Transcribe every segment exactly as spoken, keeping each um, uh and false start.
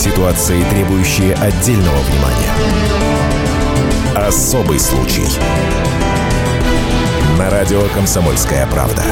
Ситуации, требующие отдельного внимания. Особый случай. На радио «Комсомольская правда».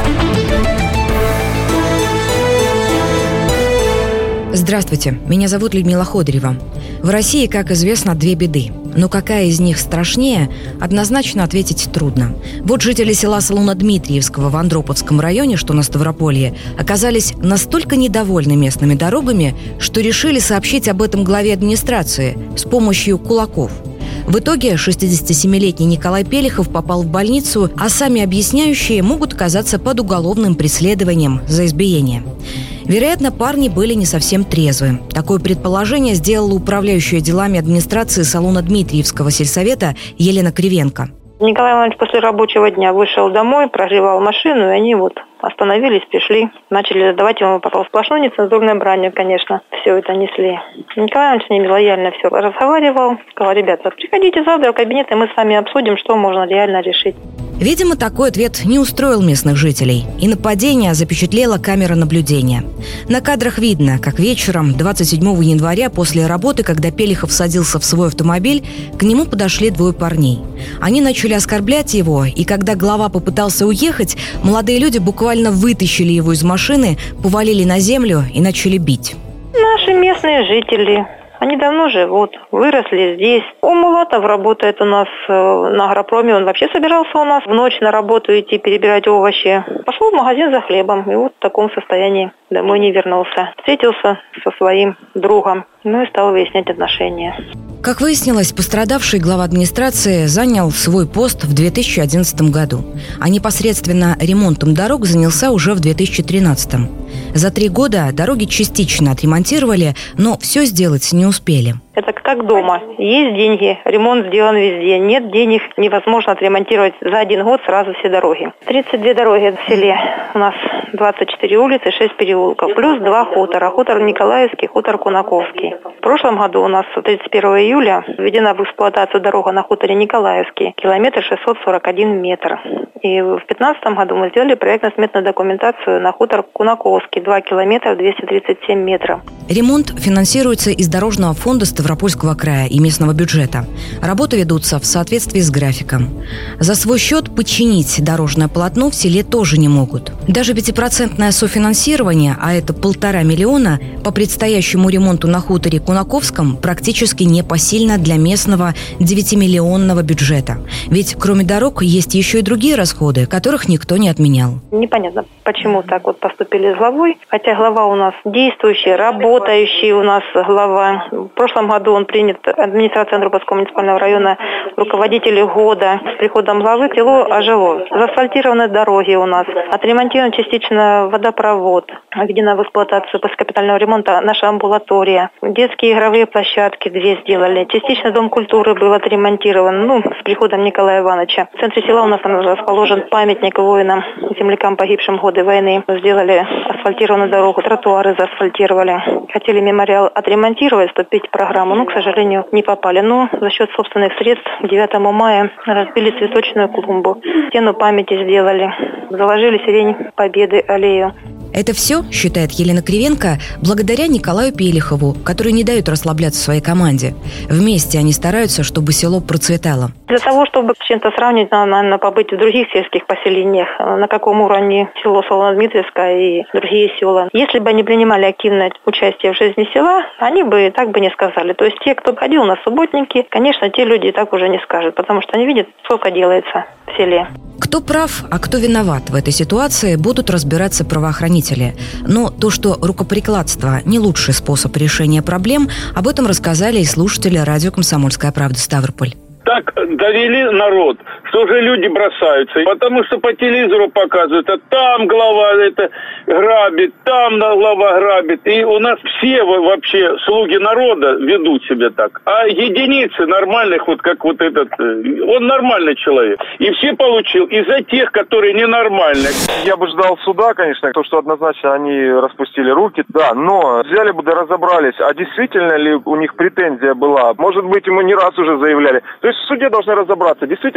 Здравствуйте, меня зовут Людмила Ходырева. В России, как известно, две беды. Но какая из них страшнее, однозначно ответить трудно. Вот жители села Солунно-Дмитриевского в Андроповском районе, что на Ставрополье, оказались настолько недовольны местными дорогами, что решили сообщить об этом главе администрации с помощью кулаков. В итоге шестидесятисемилетний Николай Пелихов попал в больницу, а сами объясняющие могут оказаться под уголовным преследованием за избиение. Вероятно, парни были не совсем трезвы. Такое предположение сделала управляющая делами администрации Солунно-Дмитриевского сельсовета Елена Кривенко. Николай Иванович после рабочего дня вышел домой, прогревал машину, и они вот остановились, пришли, начали задавать ему по сплошной нецензурной бранью, конечно. Все это несли. Николай Иванович с ними лояльно все разговаривал. Сказал: ребята, приходите завтра в кабинет, и мы с вами обсудим, что можно реально решить. Видимо, такой ответ не устроил местных жителей, и нападение запечатлела камера наблюдения. На кадрах видно, как вечером двадцать седьмого января после работы, когда Пелихов садился в свой автомобиль, к нему подошли двое парней. Они начали оскорблять его, и когда глава попытался уехать, молодые люди буквально вытащили его из машины, повалили на землю и начали бить. Наши местные жители. Они давно живут, выросли здесь. У Мулатов работает у нас на агропроме. Он вообще собирался у нас в ночь на работу идти перебирать овощи. Пошел в магазин за хлебом и вот в таком состоянии домой не вернулся. Встретился со своим другом, ну и стал выяснять отношения. Как выяснилось, пострадавший глава администрации занял свой пост в две тысячи одиннадцатом году, а непосредственно ремонтом дорог занялся уже в две тысячи тринадцатом. За три года дороги частично отремонтировали, но все сделать не успели. Это как дома. Есть деньги, ремонт сделан везде. Нет денег, невозможно отремонтировать за один год сразу все дороги. тридцать две дороги в селе. У нас двадцать четыре улицы, шесть переулков. Плюс два хутора. Хутор Николаевский, хутор Кунаковский. В прошлом году у нас тридцать первого июля введена в эксплуатацию дорога на хуторе Николаевский. Километр шестьсот сорок один метр. И в пятнадцатом году мы сделали проектно-сметную документацию на хутор Кунаковский. два километра двести тридцать семь метров. Ремонт финансируется из Дорожного фонда Ставропольского края и местного бюджета. Работы ведутся в соответствии с графиком. За свой счет починить дорожное полотно в селе тоже не могут. Даже пятипроцентное софинансирование, а это полтора миллиона, по предстоящему ремонту на хуторе Кунаковском практически непосильно для местного девятимиллионного бюджета. Ведь кроме дорог есть еще и другие расходы, которых никто не отменял. Непонятно, почему так вот поступили с главой, хотя глава у нас действующий, работающий у нас глава. В прошлом году он принят администрацией Андроповского муниципального района руководителем года. С приходом главы село ожило. Заасфальтированы дороги у нас, отремонтирован частично водопровод, введена в эксплуатацию после капитального ремонта наша амбулатория. Детские игровые площадки две сделали. Частично дом культуры был отремонтирован, ну, с приходом Николая Ивановича. В центре села у нас расположен памятник воинам, землякам, погибшим в годы войны. Сделали асфальтированную дорогу, тротуары заасфальтировали. Хотели мемориал отремонтировать, вступить в программу, но, к сожалению, не попали. Но за счет собственных средств к девятому мая разбили цветочную клумбу. Стену памяти сделали. Заложили сирень Победы аллею. Это все, считает Елена Кривенко, благодаря Николаю Пелихову, который не дает расслабляться своей команде. Вместе они стараются, чтобы село процветало. Для того, чтобы с чем-то сравнить, надо, наверное, побыть в других сельских поселениях, на каком уровне село Солунно-Дмитриевское и другие села. Если бы они принимали активное участие в жизни села, они бы так бы не сказали. То есть те, кто ходил на субботники, конечно, те люди так уже не скажут, потому что они видят, сколько делается в селе. Кто прав, а кто виноват в этой ситуации, будут разбираться правоохранители. Но то, что рукоприкладство – не лучший способ решения проблем, об этом рассказали и слушатели радио «Комсомольская правда» Ставрополь. Так довели народ, что же люди бросаются. Потому что по телевизору показывают, а там глава это грабит, там глава грабит. И у нас все вообще слуги народа ведут себя так. А единицы нормальных, вот как вот этот, он нормальный человек. И все получил. И за тех, которые ненормальные. Я бы ждал суда, конечно, то, что однозначно они распустили руки. Да, но взяли бы да разобрались, а действительно ли у них претензия была. Может быть, ему не раз уже заявляли. То есть в суде должны разобраться, действительно ли плохие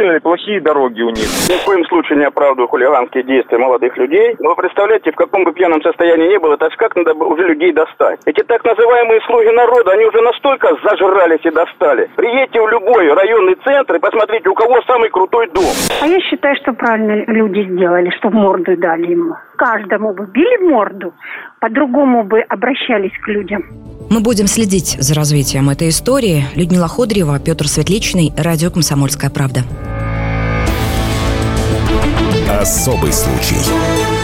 плохие дороги у них. Ни в коем случае не оправдываю хулиганские действия молодых людей. Но вы представляете, в каком бы пьяном состоянии ни было, так как надо уже людей достать. Эти так называемые слуги народа, они уже настолько зажрались и достали. Приедьте в любой районный центр и посмотрите, у кого самый крутой дом. А я считаю, что правильно люди сделали, что морду дали ему. Каждому бы били морду, по-другому бы обращались к людям. Мы будем следить за развитием этой истории. Людмила Ходырева, Петр Светличный, радио «Комсомольская правда». Особый случай.